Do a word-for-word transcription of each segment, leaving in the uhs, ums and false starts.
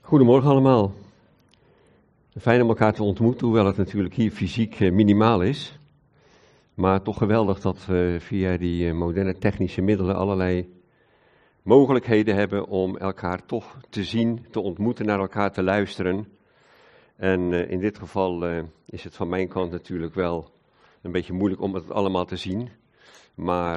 Goedemorgen allemaal. Fijn om elkaar te ontmoeten, hoewel het natuurlijk hier fysiek eh, minimaal is. Maar toch geweldig dat we via die eh, moderne technische middelen allerlei mogelijkheden hebben om elkaar toch te zien, te ontmoeten, naar elkaar te luisteren. En eh, in dit geval eh, is het van mijn kant natuurlijk wel een beetje moeilijk om het allemaal te zien. Maar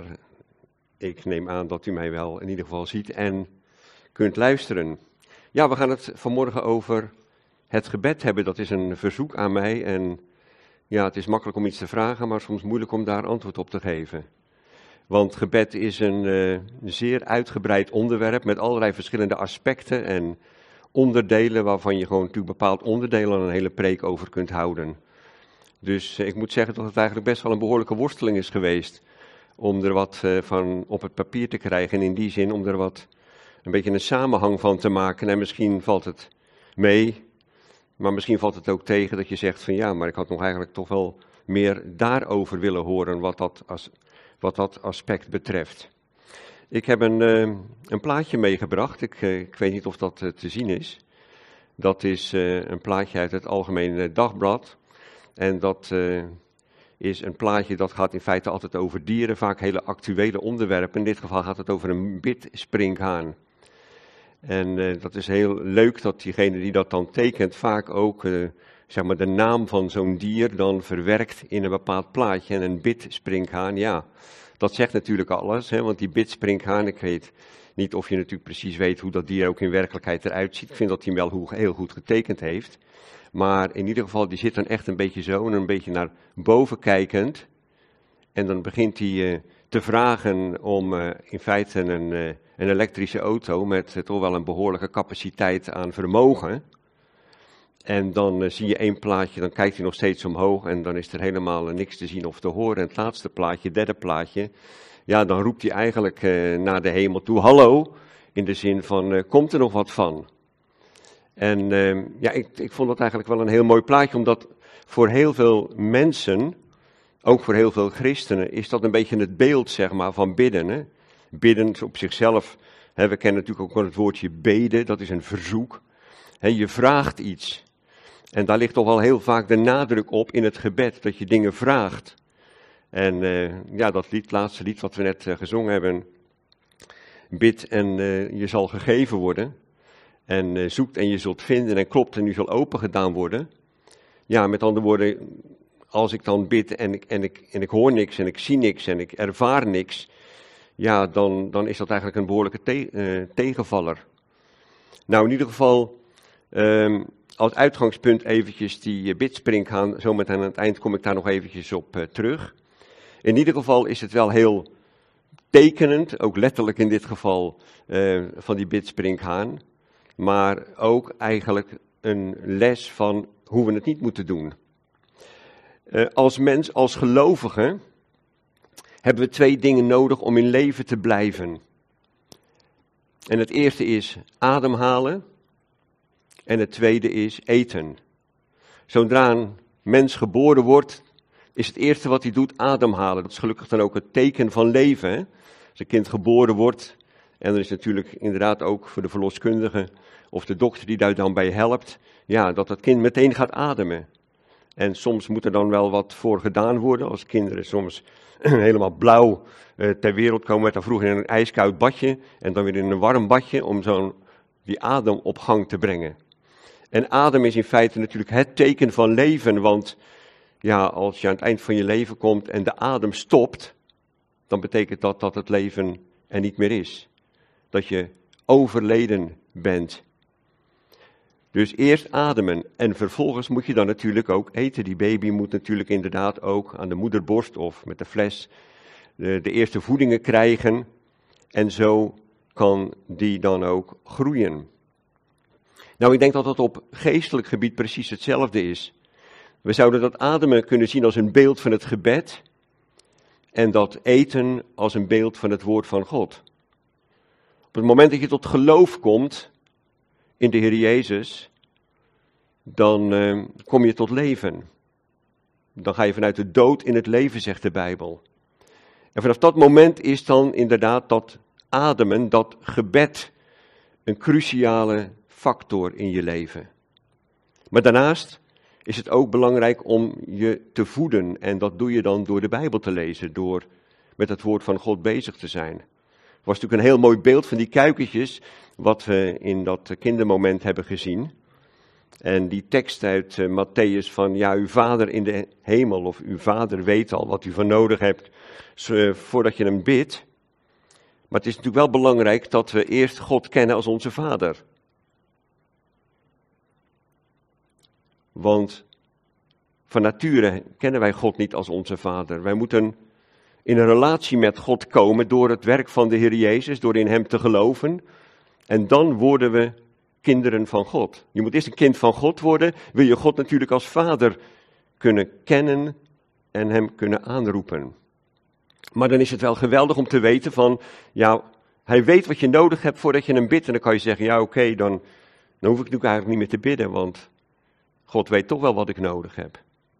ik neem aan dat u mij wel in ieder geval ziet en kunt luisteren. Ja, we gaan het vanmorgen over het gebed hebben. Dat is een verzoek aan mij en ja, het is makkelijk om iets te vragen, maar soms moeilijk om daar antwoord op te geven. Want gebed is een uh, zeer uitgebreid onderwerp met allerlei verschillende aspecten en onderdelen waarvan je gewoon natuurlijk bepaald onderdelen een hele preek over kunt houden. Dus uh, ik moet zeggen dat het eigenlijk best wel een behoorlijke worsteling is geweest om er wat uh, van op het papier te krijgen en in die zin om er wat een beetje een samenhang van te maken. En misschien valt het mee, maar misschien valt het ook tegen dat je zegt van ja, maar ik had nog eigenlijk toch wel meer daarover willen horen wat dat, as, wat dat aspect betreft. Ik heb een, uh, een plaatje meegebracht, ik, uh, ik weet niet of dat uh, te zien is. Dat is uh, een plaatje uit het Algemeen Dagblad en dat uh, is een plaatje dat gaat in feite altijd over dieren, vaak hele actuele onderwerpen. In dit geval gaat het over een bidsprinkhaan. En uh, dat is heel leuk dat diegene die dat dan tekent vaak ook uh, zeg maar de naam van zo'n dier dan verwerkt in een bepaald plaatje. En een bidsprinkhaan, ja, dat zegt natuurlijk alles, hè, want die bidsprinkhaan, ik weet niet of je natuurlijk precies weet hoe dat dier ook in werkelijkheid eruit ziet. Ik vind dat hij hem wel heel goed getekend heeft. Maar in ieder geval, die zit dan echt een beetje zo en een beetje naar boven kijkend. En dan begint hij uh, te vragen om uh, in feite een, uh, een elektrische auto met uh, toch wel een behoorlijke capaciteit aan vermogen. En dan uh, zie je één plaatje, dan kijkt hij nog steeds omhoog en dan is er helemaal uh, niks te zien of te horen. En het laatste plaatje, derde plaatje, ja, dan roept hij eigenlijk uh, naar de hemel toe, hallo, in de zin van, uh, komt er nog wat van? En uh, ja, ik, ik vond dat eigenlijk wel een heel mooi plaatje, omdat voor heel veel mensen, ook voor heel veel christenen, is dat een beetje het beeld, zeg maar, van bidden. Hè? Bidden op zichzelf, hè, we kennen natuurlijk ook wel het woordje beden, dat is een verzoek. Hè, je vraagt iets. En daar ligt toch wel heel vaak de nadruk op in het gebed, dat je dingen vraagt. En uh, ja, dat lied, laatste lied wat we net uh, gezongen hebben, bid en uh, je zal gegeven worden. En uh, zoekt en je zult vinden en klopt en u zal open gedaan worden. Ja, met andere woorden, als ik dan bid en ik, en, ik, en ik hoor niks en ik zie niks en ik ervaar niks, ja, dan, dan is dat eigenlijk een behoorlijke te, uh, tegenvaller. Nou, in ieder geval, um, als uitgangspunt eventjes die uh, bidsprinkhaan, zometeen aan het eind kom ik daar nog eventjes op uh, terug. In ieder geval is het wel heel tekenend, ook letterlijk in dit geval, uh, van die bidsprinkhaan. Maar ook eigenlijk een les van hoe we het niet moeten doen. Uh, als mens, als gelovige, hebben we twee dingen nodig om in leven te blijven. En het eerste is ademhalen en het tweede is eten. Zodra een mens geboren wordt, is het eerste wat hij doet ademhalen. Dat is gelukkig dan ook het teken van leven. Hè? Als een kind geboren wordt, en er is natuurlijk inderdaad ook voor de verloskundige of de dokter die daar dan bij helpt, ja, dat dat kind meteen gaat ademen. En soms moet er dan wel wat voor gedaan worden, als kinderen soms helemaal blauw uh, ter wereld komen, werd dan vroeger in een ijskoud badje en dan weer in een warm badje om zo'n die adem op gang te brengen. En adem is in feite natuurlijk het teken van leven, want ja, als je aan het eind van je leven komt en de adem stopt, dan betekent dat dat het leven er niet meer is. Dat je overleden bent. Dus eerst ademen en vervolgens moet je dan natuurlijk ook eten. Die baby moet natuurlijk inderdaad ook aan de moederborst of met de fles de, de eerste voedingen krijgen. En zo kan die dan ook groeien. Nou, ik denk dat dat op geestelijk gebied precies hetzelfde is. We zouden dat ademen kunnen zien als een beeld van het gebed. En dat eten als een beeld van het woord van God. Op het moment dat je tot geloof komt in de Heer Jezus, dan uh, kom je tot leven. Dan ga je vanuit de dood in het leven, zegt de Bijbel. En vanaf dat moment is dan inderdaad dat ademen, dat gebed, een cruciale factor in je leven. Maar daarnaast is het ook belangrijk om je te voeden. En dat doe je dan door de Bijbel te lezen, door met het woord van God bezig te zijn. Het was natuurlijk een heel mooi beeld van die kuikentjes, wat we in dat kindermoment hebben gezien. En die tekst uit uh, Matthäus van, ja, uw vader in de hemel, of uw vader weet al wat u van nodig hebt, uh, voordat je hem bidt. Maar het is natuurlijk wel belangrijk dat we eerst God kennen als onze vader. Want van nature kennen wij God niet als onze vader. Wij moeten in een relatie met God komen door het werk van de Heer Jezus, door in hem te geloven. En dan worden we kinderen van God. Je moet eerst een kind van God worden, wil je God natuurlijk als vader kunnen kennen en hem kunnen aanroepen. Maar dan is het wel geweldig om te weten van, ja, hij weet wat je nodig hebt voordat je hem bidt. En dan kan je zeggen, ja oké, okay, dan, dan hoef ik natuurlijk eigenlijk niet meer te bidden, want God weet toch wel wat ik nodig heb.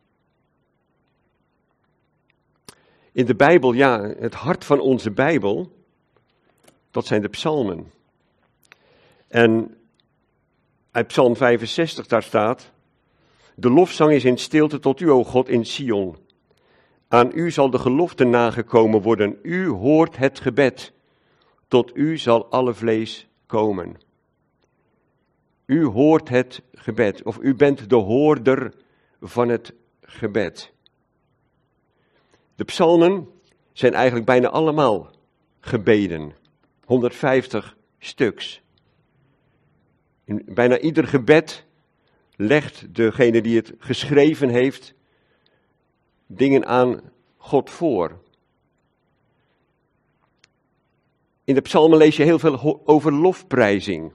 In de Bijbel, ja, het hart van onze Bijbel, dat zijn de psalmen. En uit Psalm vijfenzestig, daar staat, de lofzang is in stilte tot u, o God, in Sion. Aan u zal de gelofte nagekomen worden. U hoort het gebed. Tot u zal alle vlees komen. U hoort het gebed. Of u bent de hoorder van het gebed. De psalmen zijn eigenlijk bijna allemaal gebeden. honderdvijftig stuks. In bijna ieder gebed legt degene die het geschreven heeft dingen aan God voor. In de psalmen lees je heel veel over lofprijzing.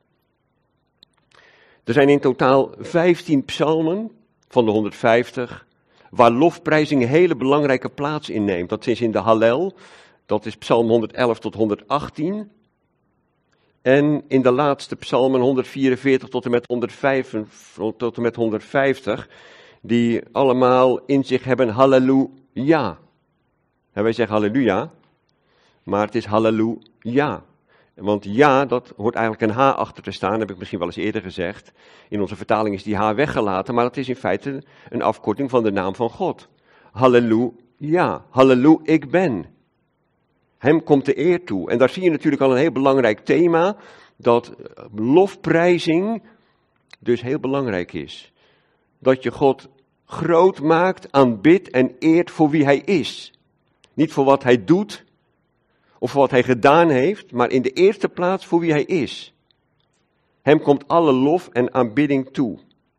Er zijn in totaal vijftien psalmen van de honderdvijftig, waar lofprijzing een hele belangrijke plaats inneemt. Dat is in de Hallel, dat is psalm honderdelf tot honderdachttien. En in de laatste psalmen honderdvierenveertig tot en met honderdvijf, tot en met honderdvijftig, die allemaal in zich hebben halleluja. En wij zeggen halleluja, maar het is halleluja. Want ja, dat hoort eigenlijk een H achter te staan, dat heb ik misschien wel eens eerder gezegd. In onze vertaling is die H weggelaten, maar het is in feite een afkorting van de naam van God. Halleluja, halleluja, ik ben. Hem komt de eer toe. En daar zie je natuurlijk al een heel belangrijk thema, dat lofprijzing dus heel belangrijk is. Dat je God groot maakt, aanbidt en eert voor wie hij is. Niet voor wat hij doet, of voor wat hij gedaan heeft, maar in de eerste plaats voor wie hij is. Hem komt alle lof en aanbidding toe.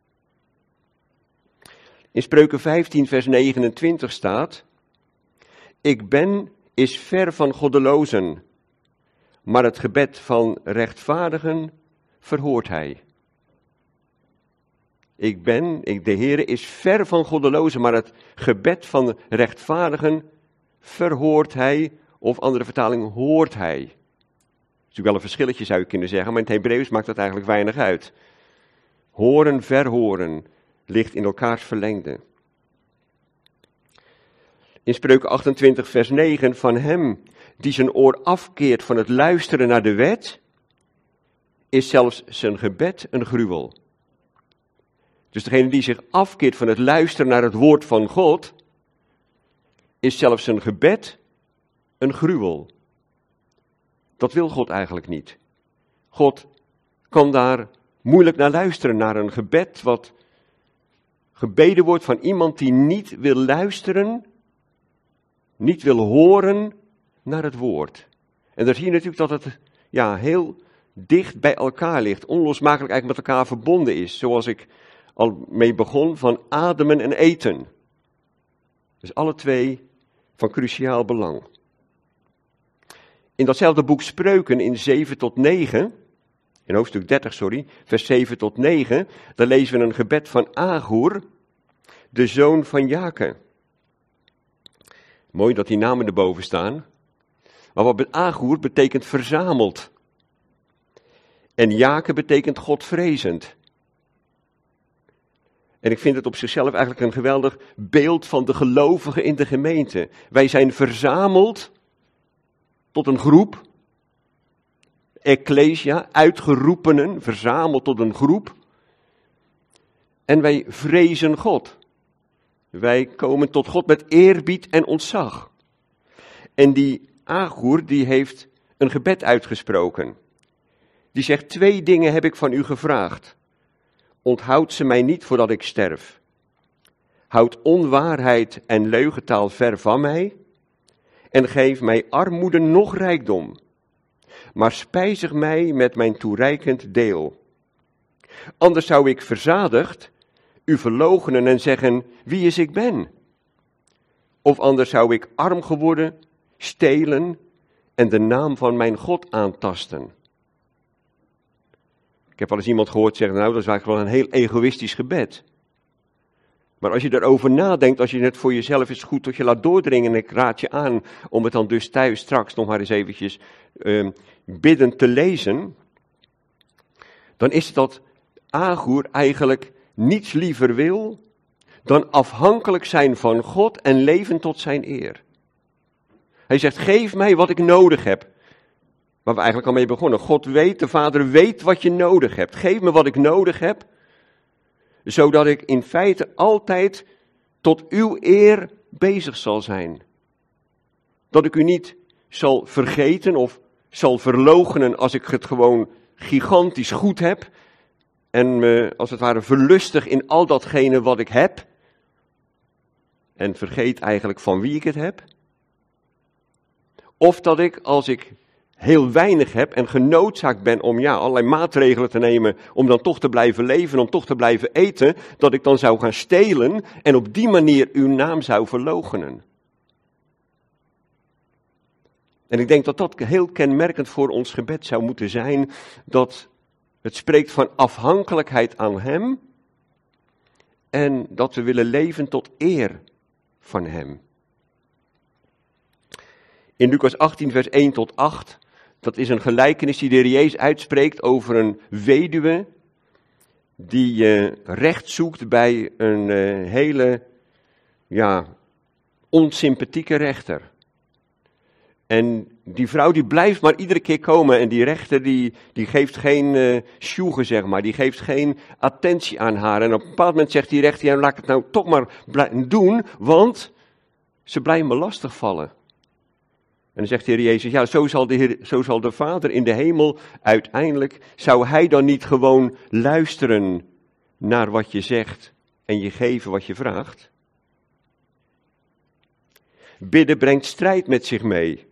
In Spreuken vijftien vers negenentwintig staat, ik ben is ver van goddelozen, maar het gebed van rechtvaardigen verhoort hij. Ik ben, ik, de Heere is ver van goddelozen, maar het gebed van rechtvaardigen verhoort hij, of andere vertaling hoort hij. Dat is natuurlijk wel een verschilletje zou je kunnen zeggen, maar in het Hebreeuws maakt dat eigenlijk weinig uit. Horen, verhoren, ligt in elkaars verlengde. In Spreuken achtentwintig vers negen, van hem die zijn oor afkeert van het luisteren naar de wet, is zelfs zijn gebed een gruwel. Dus degene die zich afkeert van het luisteren naar het woord van God, is zelfs zijn gebed een gruwel. Dat wil God eigenlijk niet. God kan daar moeilijk naar luisteren, naar een gebed wat gebeden wordt van iemand die niet wil luisteren, niet wil horen naar het woord. En daar zie je natuurlijk dat het ja, heel dicht bij elkaar ligt, onlosmakelijk eigenlijk met elkaar verbonden is, zoals ik al mee begon, van ademen en eten. Dus alle twee van cruciaal belang. In datzelfde boek Spreuken in zeven tot negen, in hoofdstuk dertig, sorry, vers zeven tot negen, daar lezen we een gebed van Agur, de zoon van Jake. Mooi dat die namen erboven staan. Maar wat Agur betekent verzameld. En Jake betekent godvrezend. En ik vind het op zichzelf eigenlijk een geweldig beeld van de gelovigen in de gemeente. Wij zijn verzameld tot een groep. ecclesia, uitgeroepenen, verzameld tot een groep. En wij vrezen God. Wij komen tot God met eerbied en ontzag. En die Agur, die heeft een gebed uitgesproken. Die zegt, twee dingen heb ik van u gevraagd. Onthoud ze mij niet voordat ik sterf. Houd onwaarheid en leugentaal ver van mij. En geef mij armoede nog rijkdom. Maar spijzig mij met mijn toereikend deel. Anders zou ik verzadigd u verloochenen en zeggen wie is ik ben. Of anders zou ik arm geworden, stelen en de naam van mijn God aantasten. Ik heb wel eens iemand gehoord zeggen, nou dat is eigenlijk wel een heel egoïstisch gebed. Maar als je erover nadenkt, als je het voor jezelf is goed tot je laat doordringen, en ik raad je aan om het dan dus thuis straks nog maar eens eventjes uh, bidden te lezen, dan is het dat Agur eigenlijk niets liever wil dan afhankelijk zijn van God en leven tot zijn eer. Hij zegt, geef mij wat ik nodig heb. Waar we eigenlijk al mee begonnen. God weet, de Vader weet wat je nodig hebt. Geef me wat ik nodig heb, zodat ik in feite altijd tot uw eer bezig zal zijn. Dat ik u niet zal vergeten of zal verloochenen als ik het gewoon gigantisch goed heb. En me als het ware verlustig in al datgene wat ik heb. En vergeet eigenlijk van wie ik het heb. Of dat ik als ik heel weinig heb en genoodzaakt ben om ja, allerlei maatregelen te nemen om dan toch te blijven leven, om toch te blijven eten, dat ik dan zou gaan stelen en op die manier uw naam zou verloochenen. En ik denk dat dat heel kenmerkend voor ons gebed zou moeten zijn, dat het spreekt van afhankelijkheid aan Hem en dat we willen leven tot eer van Hem. In Lucas achttien vers één tot acht, dat is een gelijkenis die de Heer Jezus uitspreekt over een weduwe die uh, recht zoekt bij een uh, hele ja, onsympathieke rechter. En die vrouw die blijft maar iedere keer komen en die rechter die, die geeft geen uh, sjoegen, zeg maar, die geeft geen attentie aan haar. En op een bepaald moment zegt die rechter, ja, laat ik het nou toch maar doen, want ze blijven me lastigvallen. En dan zegt de Heer Jezus, ja, zo zal, de Heer, zo zal de Vader in de hemel uiteindelijk, zou Hij dan niet gewoon luisteren naar wat je zegt en je geven wat je vraagt? Bidden brengt strijd met zich mee.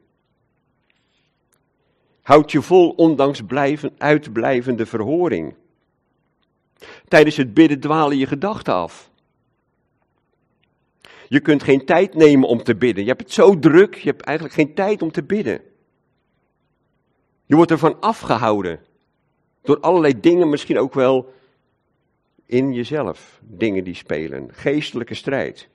Houd je vol ondanks blijven, uitblijvende verhoring. Tijdens het bidden dwalen je gedachten af. Je kunt geen tijd nemen om te bidden. Je hebt het zo druk, je hebt eigenlijk geen tijd om te bidden. Je wordt ervan afgehouden. Door allerlei dingen, misschien ook wel in jezelf. Dingen die spelen. Geestelijke strijd.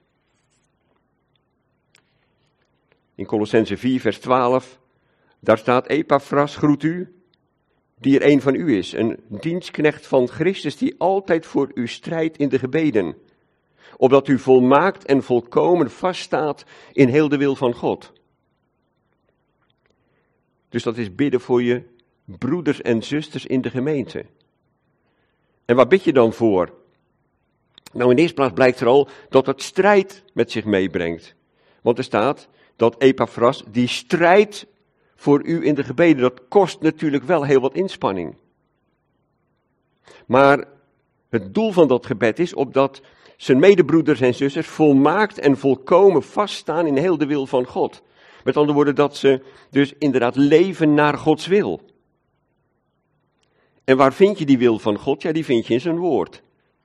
In Kolossenzen vier vers twaalf, daar staat Epaphras groet u, die er een van u is. Een dienstknecht van Christus die altijd voor u strijdt in de gebeden. Opdat u volmaakt en volkomen vaststaat in heel de wil van God. Dus dat is bidden voor je broeders en zusters in de gemeente. En waar bid je dan voor? Nou, in de eerste plaats blijkt er al dat het strijd met zich meebrengt. Want er staat dat Epaphras, die strijdt voor u in de gebeden, dat kost natuurlijk wel heel wat inspanning. Maar het doel van dat gebed is opdat zijn medebroeders en zusters volmaakt en volkomen vaststaan in heel de wil van God. Met andere woorden, dat ze dus inderdaad leven naar Gods wil. En waar vind je die wil van God? Ja, die vind je in zijn woord.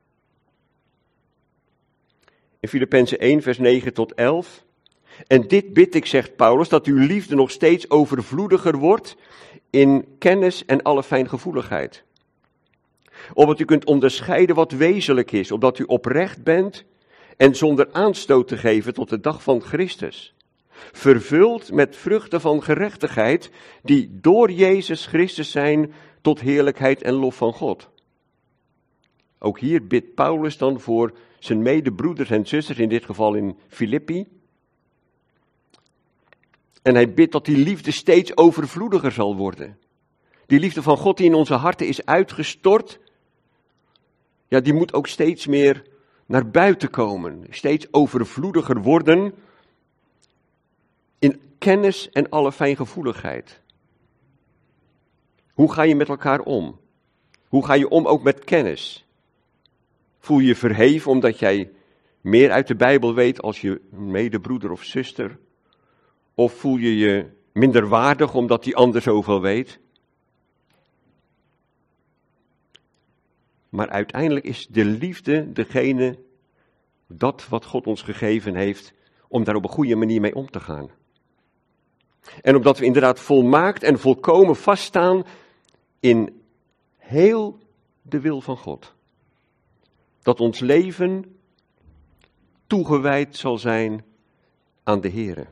In Filippenzen één vers negen tot elf. En dit bid ik, zegt Paulus, dat uw liefde nog steeds overvloediger wordt in kennis en alle fijngevoeligheid. Opdat u kunt onderscheiden wat wezenlijk is, opdat u oprecht bent en zonder aanstoot te geven tot de dag van Christus. Vervuld met vruchten van gerechtigheid die door Jezus Christus zijn tot heerlijkheid en lof van God. Ook hier bidt Paulus dan voor zijn medebroeders en zusters, in dit geval in Filippi. En hij bidt dat die liefde steeds overvloediger zal worden. Die liefde van God die in onze harten is uitgestort, ja, die moet ook steeds meer naar buiten komen. Steeds overvloediger worden in kennis en alle fijngevoeligheid. Hoe ga je met elkaar om? Hoe ga je om ook met kennis? Voel je je verheven omdat jij meer uit de Bijbel weet als je medebroeder of zuster? Of voel je je minder waardig omdat die ander zoveel weet? Maar uiteindelijk is de liefde degene, dat wat God ons gegeven heeft, om daar op een goede manier mee om te gaan. En omdat we inderdaad volmaakt en volkomen vaststaan in heel de wil van God. Dat ons leven toegewijd zal zijn aan de Here.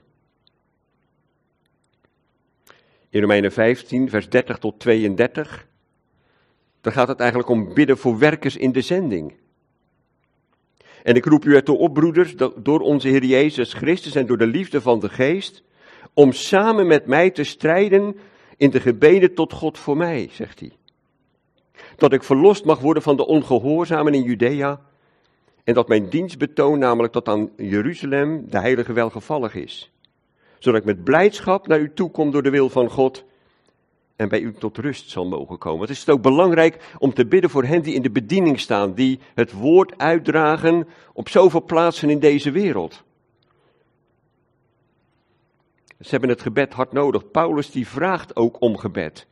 In Romeinen vijftien, vers dertig tot tweeëndertig, daar gaat het eigenlijk om bidden voor werkers in de zending. En ik roep u ertoe op, broeders, dat door onze Heer Jezus Christus en door de liefde van de Geest, om samen met mij te strijden in de gebeden tot God voor mij, zegt hij. Dat ik verlost mag worden van de ongehoorzamen in Judea en dat mijn dienstbetoon, namelijk tot aan Jeruzalem, de heilige welgevallig is. Zodat ik met blijdschap naar u toe kom door de wil van God en bij u tot rust zal mogen komen. Het is ook belangrijk om te bidden voor hen die in de bediening staan, die het woord uitdragen op zoveel plaatsen in deze wereld. Ze hebben het gebed hard nodig. Paulus die vraagt ook om gebed.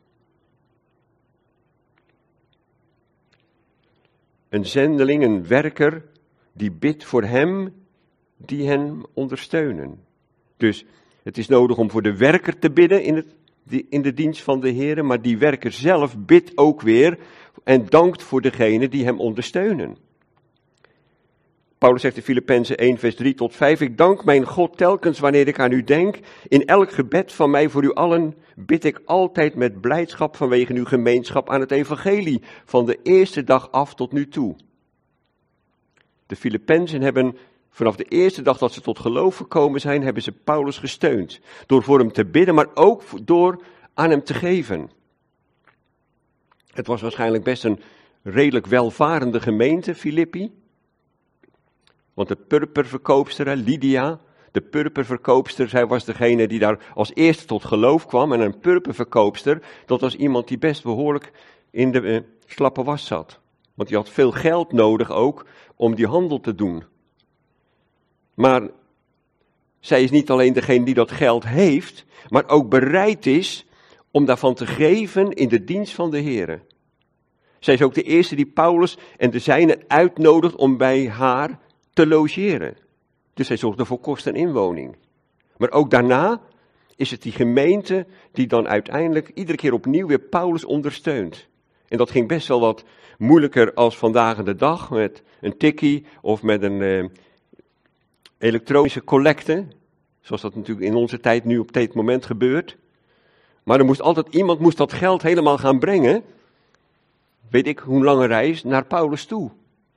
Een zendeling, een werker, die bidt voor hem die hen ondersteunen. Dus het is nodig om voor de werker te bidden in, het, in de dienst van de Heer, maar die werker zelf bidt ook weer en dankt voor degenen die hem ondersteunen. Paulus zegt in Filippenzen één, vers drie tot vijf, ik dank mijn God telkens wanneer ik aan u denk. In elk gebed van mij voor u allen bid ik altijd met blijdschap vanwege uw gemeenschap aan het evangelie, van de eerste dag af tot nu toe. De Filippenzen hebben vanaf de eerste dag dat ze tot geloof gekomen zijn, hebben ze Paulus gesteund. Door voor hem te bidden, maar ook door aan hem te geven. Het was waarschijnlijk best een redelijk welvarende gemeente, Filippi. Want de purperverkoopster, Lydia, de purperverkoopster, zij was degene die daar als eerste tot geloof kwam. En een purperverkoopster, dat was iemand die best behoorlijk in de uh, slappe was zat. Want die had veel geld nodig ook om die handel te doen. Maar zij is niet alleen degene die dat geld heeft, maar ook bereid is om daarvan te geven in de dienst van de Heer. Zij is ook de eerste die Paulus en de zijnen uitnodigt om bij haar te logeren. Dus zij zorgde voor kost en inwoning. Maar ook daarna is het die gemeente die dan uiteindelijk iedere keer opnieuw weer Paulus ondersteunt. En dat ging best wel wat moeilijker als vandaag de dag met een tikkie of met een eh, elektronische collecte. Zoals dat natuurlijk in onze tijd nu op dit moment gebeurt. Maar er moest altijd iemand moest dat geld helemaal gaan brengen. Weet ik hoe lange reis naar Paulus toe.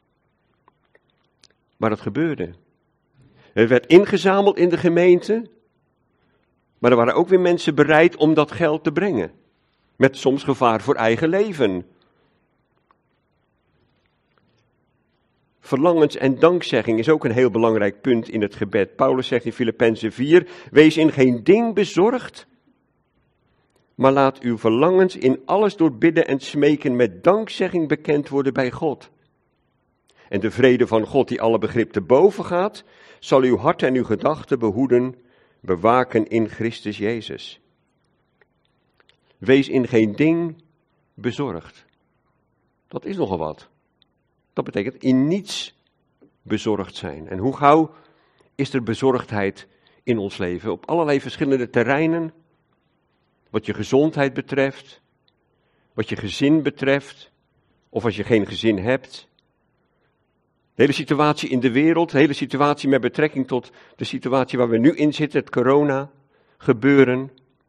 Maar dat gebeurde. Het werd ingezameld in de gemeente. Maar er waren ook weer mensen bereid om dat geld te brengen. Met soms gevaar voor eigen leven. Verlangens en dankzegging is ook een heel belangrijk punt in het gebed. Paulus zegt in Filippenzen vier, wees in geen ding bezorgd, maar laat uw verlangens in alles door bidden en smeken met dankzegging bekend worden bij God. En de vrede van God die alle begrip te boven gaat, zal uw hart en uw gedachten behoeden, bewaken in Christus Jezus. Wees in geen ding bezorgd. Dat is nogal wat. Dat betekent in niets bezorgd zijn. En hoe gauw is er bezorgdheid in ons leven? Op allerlei verschillende terreinen. Wat je gezondheid betreft. Wat je gezin betreft. Of als je geen gezin hebt. De hele situatie in de wereld. De hele situatie met betrekking tot de situatie waar we nu in zitten. Het corona gebeuren.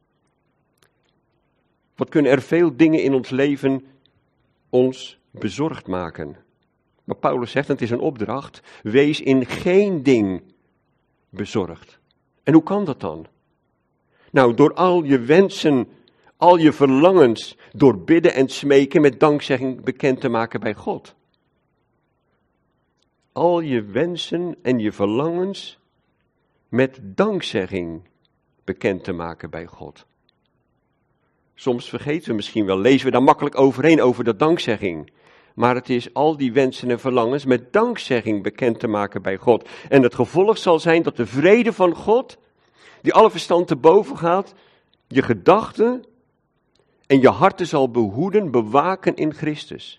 Wat kunnen er veel dingen in ons leven ons bezorgd maken? Maar Paulus zegt, en het is een opdracht, wees in geen ding bezorgd. En hoe kan dat dan? Nou, door al je wensen al je verlangens door bidden en smeken met dankzegging bekend te maken bij God. Al je wensen en je verlangens met dankzegging bekend te maken bij God. Soms vergeten we misschien wel, lezen we daar makkelijk overheen over de dankzegging. Maar het is al die wensen en verlangens met dankzegging bekend te maken bij God. En het gevolg zal zijn dat de vrede van God, die alle verstand te boven gaat, je gedachten en je harten zal behoeden, bewaken in Christus.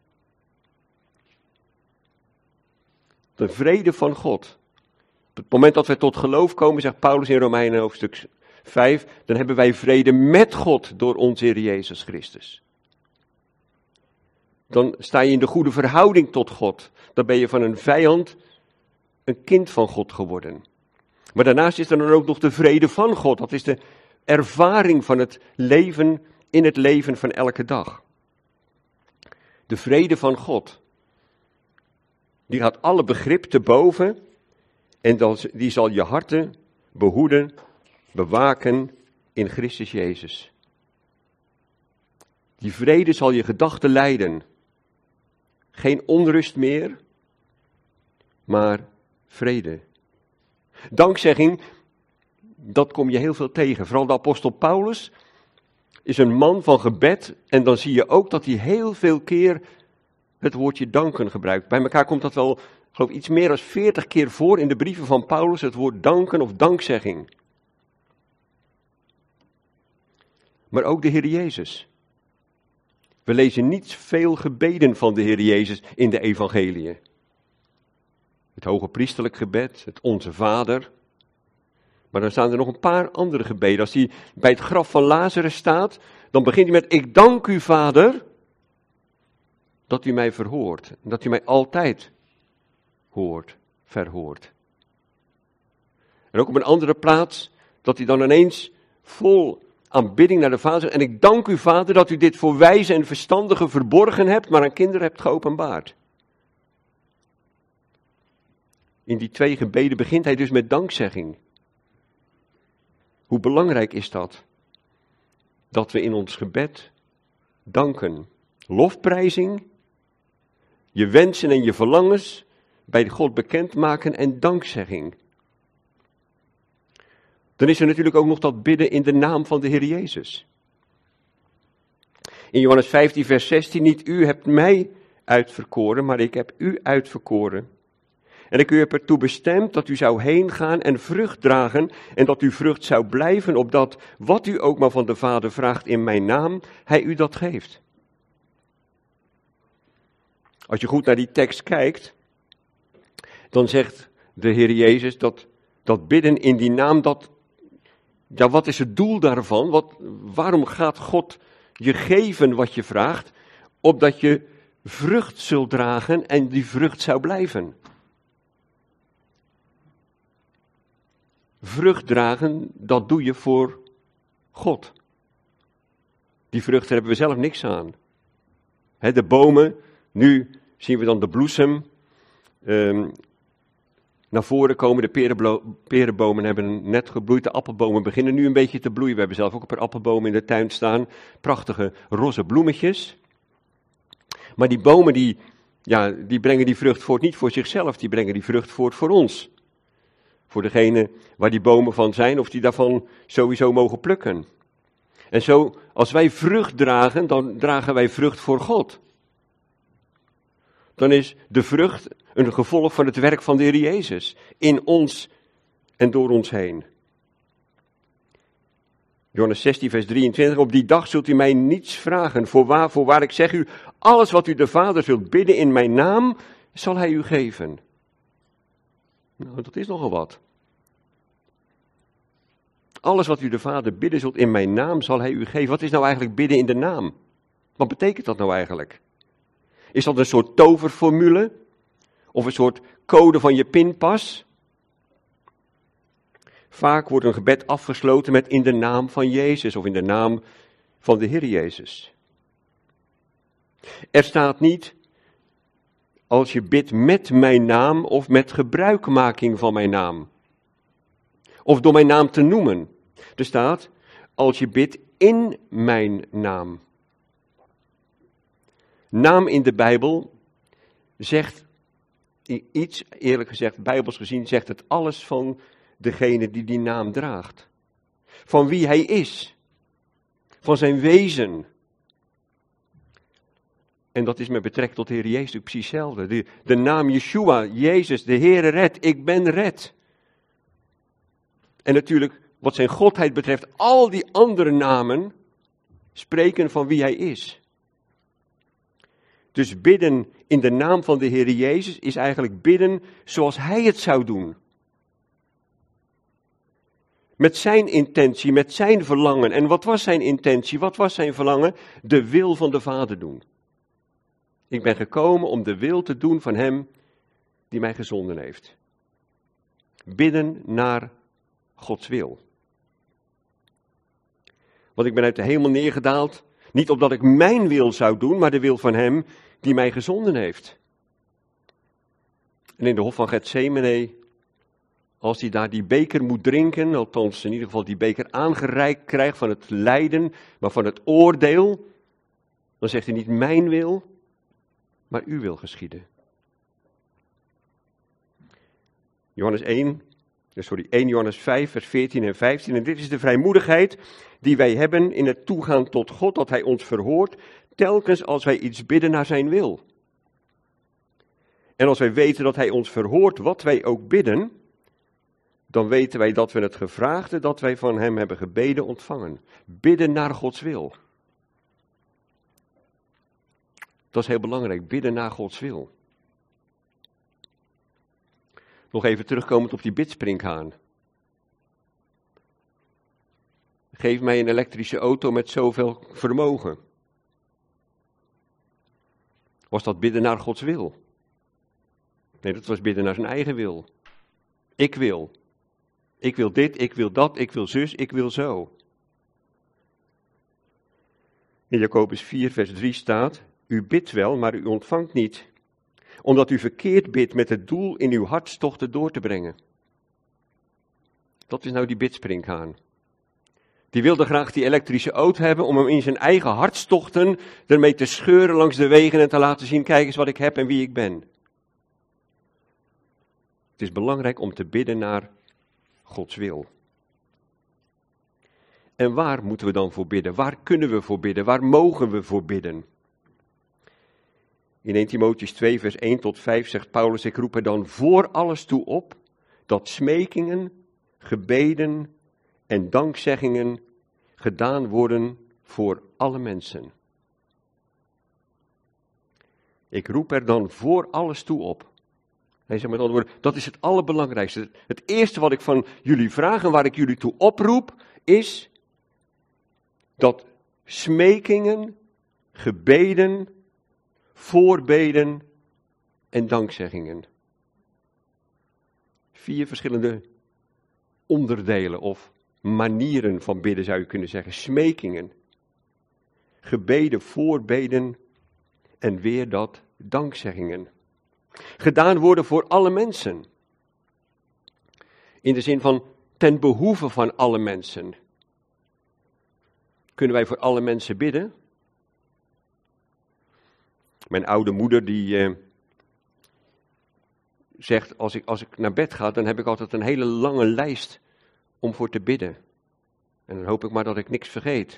De vrede van God. Op het moment dat wij tot geloof komen, zegt Paulus in Romeinen hoofdstuk vijf, dan hebben wij vrede met God door onze Heer Jezus Christus. Dan sta je in de goede verhouding tot God. Dan ben je van een vijand een kind van God geworden. Maar daarnaast is er dan ook nog de vrede van God. Dat is de ervaring van het leven in het leven van elke dag. De vrede van God. Die gaat alle begrip te boven en dan, die zal je harten behoeden, bewaken in Christus Jezus. Die vrede zal je gedachten leiden. Geen onrust meer, maar vrede. Dankzegging, dat kom je heel veel tegen. Vooral de apostel Paulus is een man van gebed en dan zie je ook dat hij heel veel keer het woordje danken gebruikt. Bij elkaar komt dat wel, geloof ik, iets meer dan veertig keer voor in de brieven van Paulus, het woord danken of dankzegging. Maar ook de Heer Jezus. We lezen niet veel gebeden van de Heer Jezus in de evangeliën. Het hoge priesterlijk gebed, het Onze Vader. Maar dan staan er nog een paar andere gebeden. Als hij bij het graf van Lazarus staat, dan begint hij met: ik dank u, Vader, dat u mij verhoort. En dat u mij altijd hoort, verhoort. En ook op een andere plaats, dat hij dan ineens vol aanbidding naar de Vader zegt: en ik dank u, Vader, dat u dit voor wijze en verstandigen verborgen hebt, maar aan kinderen hebt geopenbaard. In die twee gebeden begint hij dus met dankzegging. Hoe belangrijk is dat? Dat we in ons gebed danken. Lofprijzing, je wensen en je verlangens bij God bekendmaken en dankzegging. Dan is er natuurlijk ook nog dat bidden in de naam van de Heer Jezus. In Johannes vijftien vers zestien, niet u hebt mij uitverkoren, maar ik heb u uitverkoren. En ik u heb ertoe bestemd dat u zou heen gaan en vrucht dragen en dat uw vrucht zou blijven, opdat wat u ook maar van de Vader vraagt in mijn naam, hij u dat geeft. Als je goed naar die tekst kijkt, dan zegt de Heer Jezus dat, dat bidden in die naam, dat, ja, wat is het doel daarvan? Wat, waarom gaat God je geven wat je vraagt? Opdat je vrucht zult dragen en die vrucht zou blijven. Vrucht dragen, dat doe je voor God. Die vruchten hebben we zelf niks aan. He, de bomen, nu zien we dan de bloesem um, naar voren komen. De perenblo- perenbomen hebben net gebloeid, de appelbomen beginnen nu een beetje te bloeien. We hebben zelf ook een paar appelbomen in de tuin staan. Prachtige roze bloemetjes. Maar die bomen die, ja, die brengen die vrucht voort niet voor zichzelf, die brengen die vrucht voort voor ons. Voor degene waar die bomen van zijn of die daarvan sowieso mogen plukken. En zo, als wij vrucht dragen, dan dragen wij vrucht voor God. Dan is de vrucht een gevolg van het werk van de Heer Jezus. In ons en door ons heen. Johannes zestien vers drieëntwintig, op die dag zult u mij niets vragen. Voorwaar, voorwaar, ik zeg u, alles wat u de Vader zult bidden in mijn naam, zal hij u geven. Nou, dat is nogal wat. Alles wat u de Vader bidden zult in mijn naam, zal hij u geven. Wat is nou eigenlijk bidden in de naam? Wat betekent dat nou eigenlijk? Is dat een soort toverformule? Of een soort code van je pinpas? Vaak wordt een gebed afgesloten met in de naam van Jezus of in de naam van de Heer Jezus. Er staat niet, als je bidt met mijn naam of met gebruikmaking van mijn naam. Of door mijn naam te noemen. Er staat, als je bidt in mijn naam. Naam in de Bijbel zegt iets, eerlijk gezegd, bijbels gezien, zegt het alles van degene die die naam draagt. Van wie hij is. Van zijn wezen. En dat is met betrekking tot de Heer Jezus ook precies hetzelfde. De, de naam Yeshua, Jezus, de Heere red, ik ben red. En natuurlijk, wat zijn godheid betreft, al die andere namen spreken van wie hij is. Dus bidden in de naam van de Heer Jezus is eigenlijk bidden zoals hij het zou doen. Met zijn intentie, met zijn verlangen. En wat was zijn intentie, wat was zijn verlangen? De wil van de Vader doen. Ik ben gekomen om de wil te doen van hem die mij gezonden heeft. Bidden naar Gods wil. Want ik ben uit de hemel neergedaald, niet opdat ik mijn wil zou doen, maar de wil van hem die mij gezonden heeft. En in de hof van Getsemane, als hij daar die beker moet drinken, althans in ieder geval die beker aangereikt krijgt van het lijden, maar van het oordeel, dan zegt hij niet mijn wil, maar uw wil geschieden. Johannes één, sorry, eerste Johannes vijf, vers veertien en vijftien. En dit is de vrijmoedigheid die wij hebben in het toegaan tot God, dat hij ons verhoort, telkens als wij iets bidden naar zijn wil. En als wij weten dat hij ons verhoort wat wij ook bidden, dan weten wij dat we het gevraagde dat wij van hem hebben gebeden ontvangen. Bidden naar Gods wil. Dat is heel belangrijk, bidden naar Gods wil. Nog even terugkomend op die bidsprinkhaan. Geef mij een elektrische auto met zoveel vermogen. Was dat bidden naar Gods wil? Nee, dat was bidden naar zijn eigen wil. Ik wil. Ik wil dit, ik wil dat, ik wil zus, ik wil zo. In Jacobus vier, vers drie staat, u bidt wel, maar u ontvangt niet, omdat u verkeerd bidt met het doel in uw hartstochten door te brengen. Dat is nou die bidsprinkhaan. Die wilde graag die elektrische auto hebben om hem in zijn eigen hartstochten ermee te scheuren langs de wegen en te laten zien, kijk eens wat ik heb en wie ik ben. Het is belangrijk om te bidden naar Gods wil. En waar moeten we dan voor bidden? Waar kunnen we voor bidden? Waar mogen we voor bidden? In eerste Timotheüs twee, vers één tot vijf zegt Paulus, ik roep er dan voor alles toe op, dat smekingen, gebeden en dankzeggingen gedaan worden voor alle mensen. Ik roep er dan voor alles toe op. Hij zegt met andere woorden, dat is het allerbelangrijkste. Het eerste wat ik van jullie vraag en waar ik jullie toe oproep, is dat smekingen, gebeden, voorbeden en dankzeggingen. Vier verschillende onderdelen of manieren van bidden zou je kunnen zeggen. Smekingen, gebeden, voorbeden en weer dat dankzeggingen. Gedaan worden voor alle mensen. In de zin van ten behoeve van alle mensen. Kunnen wij voor alle mensen bidden? Mijn oude moeder die uh, zegt, als ik, als ik naar bed ga, dan heb ik altijd een hele lange lijst om voor te bidden. En dan hoop ik maar dat ik niks vergeet.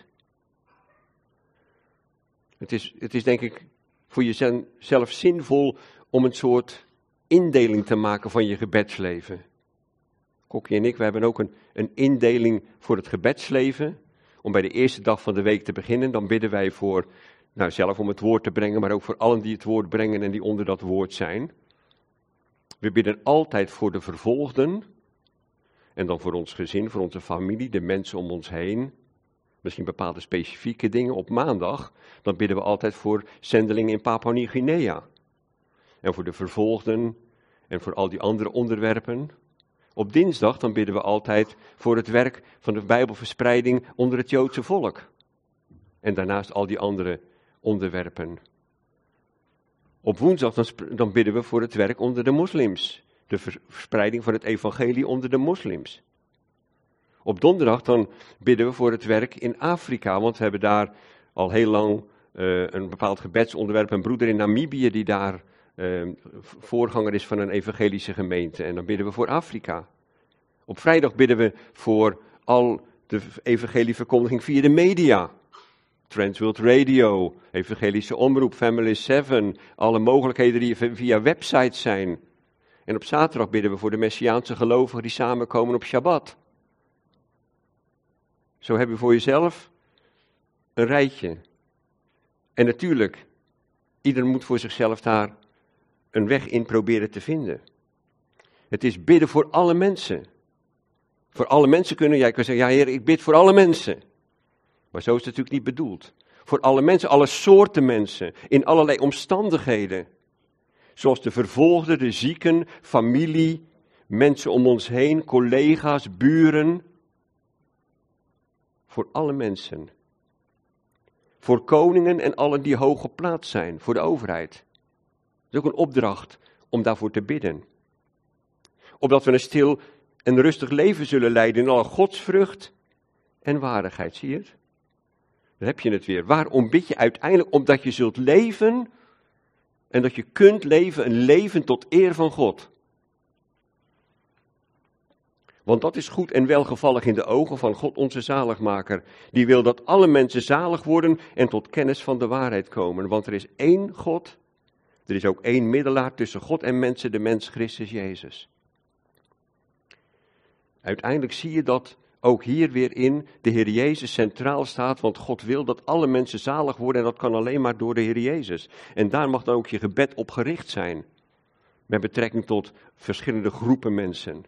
Het is, het is denk ik voor jezelf zinvol om een soort indeling te maken van je gebedsleven. Kokkie en ik, we hebben ook een, een indeling voor het gebedsleven. Om bij de eerste dag van de week te beginnen, dan bidden wij voor, nou zelf om het woord te brengen, maar ook voor allen die het woord brengen en die onder dat woord zijn. We bidden altijd voor de vervolgden. En dan voor ons gezin, voor onze familie, de mensen om ons heen. Misschien bepaalde specifieke dingen. Op maandag, dan bidden we altijd voor zendelingen in Papua-Nieuw-Guinea. En voor de vervolgden en voor al die andere onderwerpen. Op dinsdag, dan bidden we altijd voor het werk van de Bijbelverspreiding onder het Joodse volk. En daarnaast al die andere onderwerpen. Op woensdag, dan, dan bidden we voor het werk onder de moslims. De verspreiding van het evangelie onder de moslims. Op donderdag dan bidden we voor het werk in Afrika, want we hebben daar al heel lang uh, een bepaald gebedsonderwerp. Een broeder in Namibië die daar uh, voorganger is van een evangelische gemeente. En dan bidden we voor Afrika. Op vrijdag bidden we voor al de evangelieverkondiging via de media. Transworld Radio, evangelische omroep, Family seven, alle mogelijkheden die via websites zijn. En op zaterdag bidden we voor de Messiaanse gelovigen die samenkomen op Shabbat. Zo heb je voor jezelf een rijtje. En natuurlijk, ieder moet voor zichzelf daar een weg in proberen te vinden. Het is bidden voor alle mensen. Voor alle mensen kunnen, jij kan zeggen, ja Heer, ik bid voor alle mensen. Maar zo is het natuurlijk niet bedoeld. Voor alle mensen, alle soorten mensen, in allerlei omstandigheden. Zoals de vervolgden, de zieken, familie, mensen om ons heen, collega's, buren. Voor alle mensen. Voor koningen en allen die hoog geplaatst zijn, voor de overheid. Het is ook een opdracht om daarvoor te bidden. Opdat we een stil en rustig leven zullen leiden in alle godsvrucht en waardigheid. Zie je het? Dan heb je het weer. Waarom bid je uiteindelijk? Omdat je zult leven en dat je kunt leven, een leven tot eer van God. Want dat is goed en welgevallig in de ogen van God onze zaligmaker. Die wil dat alle mensen zalig worden en tot kennis van de waarheid komen. Want er is één God, er is ook één middelaar tussen God en mensen, de mens Christus Jezus. Uiteindelijk zie je dat ook hier weer in de Heer Jezus centraal staat, want God wil dat alle mensen zalig worden en dat kan alleen maar door de Heer Jezus. En daar mag dan ook je gebed op gericht zijn, met betrekking tot verschillende groepen mensen.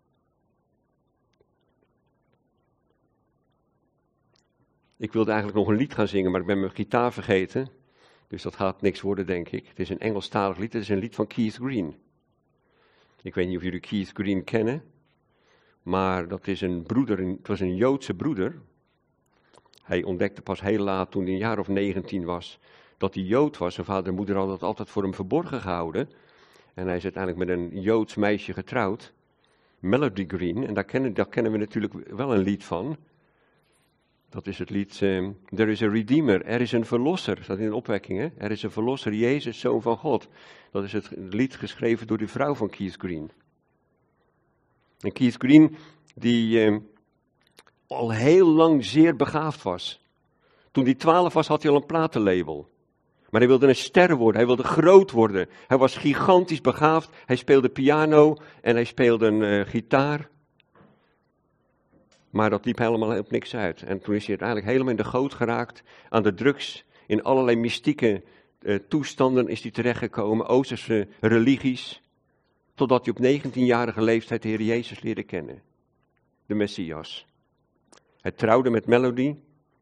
Ik wilde eigenlijk nog een lied gaan zingen, maar ik ben mijn gitaar vergeten, dus dat gaat niks worden denk ik. Het is een Engelstalig lied, het is een lied van Keith Green. Ik weet niet of jullie Keith Green kennen. Maar dat is een broeder, het was een Joodse broeder. Hij ontdekte pas heel laat, toen hij een jaar of negentien was, dat hij Jood was. Zijn vader en moeder hadden dat altijd voor hem verborgen gehouden. En hij is uiteindelijk met een Joods meisje getrouwd, Melody Green. En daar kennen, daar kennen we natuurlijk wel een lied van. Dat is het lied, uh, There is a Redeemer, er is een verlosser. Dat staat in de opwekking, hè? Er is een verlosser, Jezus, Zoon van God. Dat is het lied geschreven door de vrouw van Keith Green. En Keith Green, die eh, al heel lang zeer begaafd was. Toen hij twaalf was, had hij al een platenlabel. Maar hij wilde een ster worden, hij wilde groot worden. Hij was gigantisch begaafd, hij speelde piano en hij speelde een uh, gitaar. Maar dat liep helemaal op niks uit. En toen is hij uiteindelijk helemaal in de goot geraakt aan de drugs. In allerlei mystieke uh, toestanden is hij terechtgekomen, Oosterse religies. Totdat hij op negentienjarige leeftijd de Heer Jezus leerde kennen. De Messias. Hij trouwde met Melody.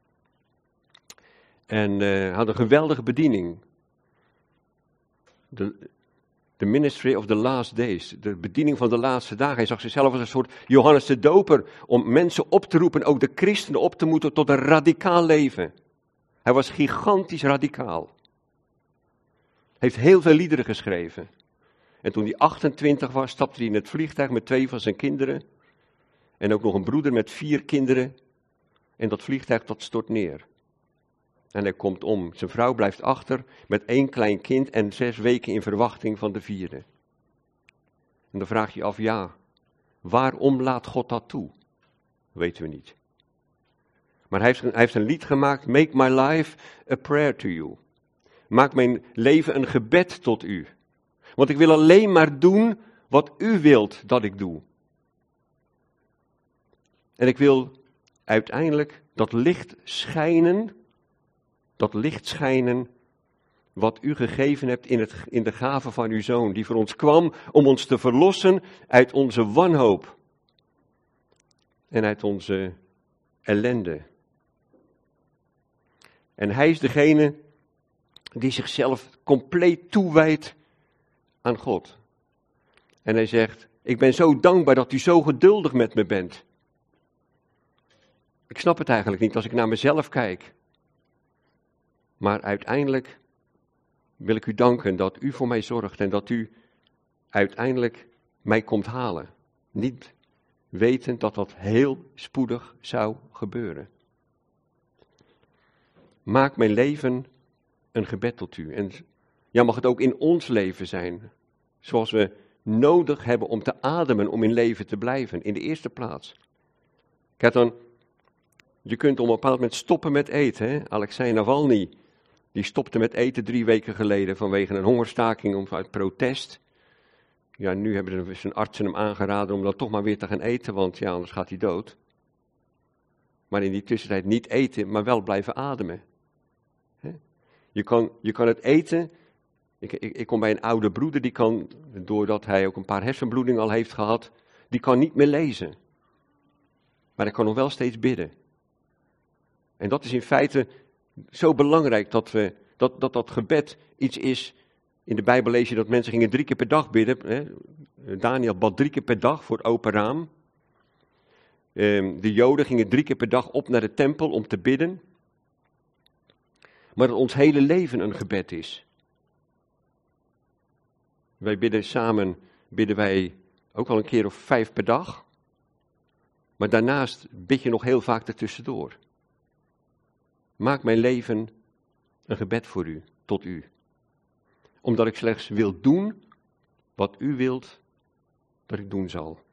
En uh, had een geweldige bediening. De, de ministry of the last days. De bediening van de laatste dagen. Hij zag zichzelf als een soort Johannes de Doper. Om mensen op te roepen, ook de christenen op te moeten tot een radicaal leven. Hij was gigantisch radicaal. Hij heeft heel veel liederen geschreven. En toen hij achtentwintig was, stapte hij in het vliegtuig met twee van zijn kinderen. En ook nog een broeder met vier kinderen. En dat vliegtuig dat stort neer. En hij komt om. Zijn vrouw blijft achter met één klein kind en zes weken in verwachting van de vierde. En dan vraag je af, ja, waarom laat God dat toe? Weten we niet. Maar hij heeft, hij heeft een lied gemaakt, Make my life a prayer to you. Maak mijn leven een gebed tot u. Want ik wil alleen maar doen wat u wilt dat ik doe. En ik wil uiteindelijk dat licht schijnen, dat licht schijnen wat u gegeven hebt in, het, in de gave van uw Zoon, die voor ons kwam om ons te verlossen uit onze wanhoop en uit onze ellende. En hij is degene die zichzelf compleet toewijdt aan God. En hij zegt, ik ben zo dankbaar dat u zo geduldig met me bent. Ik snap het eigenlijk niet als ik naar mezelf kijk. Maar uiteindelijk wil ik u danken dat u voor mij zorgt en dat u uiteindelijk mij komt halen. Niet wetend dat dat heel spoedig zou gebeuren. Maak mijn leven een gebed tot u. En ja, mag het ook in ons leven zijn, zoals we nodig hebben om te ademen, om in leven te blijven, in de eerste plaats. Kijk dan, je kunt op een bepaald moment stoppen met eten. Hè? Alexei Navalny, die stopte met eten drie weken geleden vanwege een hongerstaking of uit protest. Ja, nu hebben zijn artsen hem aangeraden om dan toch maar weer te gaan eten, want ja, anders gaat hij dood. Maar in die tussentijd niet eten, maar wel blijven ademen. Hè? Je kan, je kan het eten. Ik, ik, ik kom bij een oude broeder, die kan, doordat hij ook een paar hersenbloedingen al heeft gehad, die kan niet meer lezen. Maar hij kan nog wel steeds bidden. En dat is in feite zo belangrijk dat we, dat, dat dat gebed iets is. In de Bijbel lees je dat mensen gingen drie keer per dag bidden. Hè? Daniel bad drie keer per dag voor het open raam. De Joden gingen drie keer per dag op naar de tempel om te bidden. Maar dat ons hele leven een gebed is. Wij bidden samen, bidden wij ook al een keer of vijf per dag. Maar daarnaast bid je nog heel vaak ertussendoor. Maak mijn leven een gebed voor u, tot u. Omdat ik slechts wil doen wat u wilt dat ik doen zal.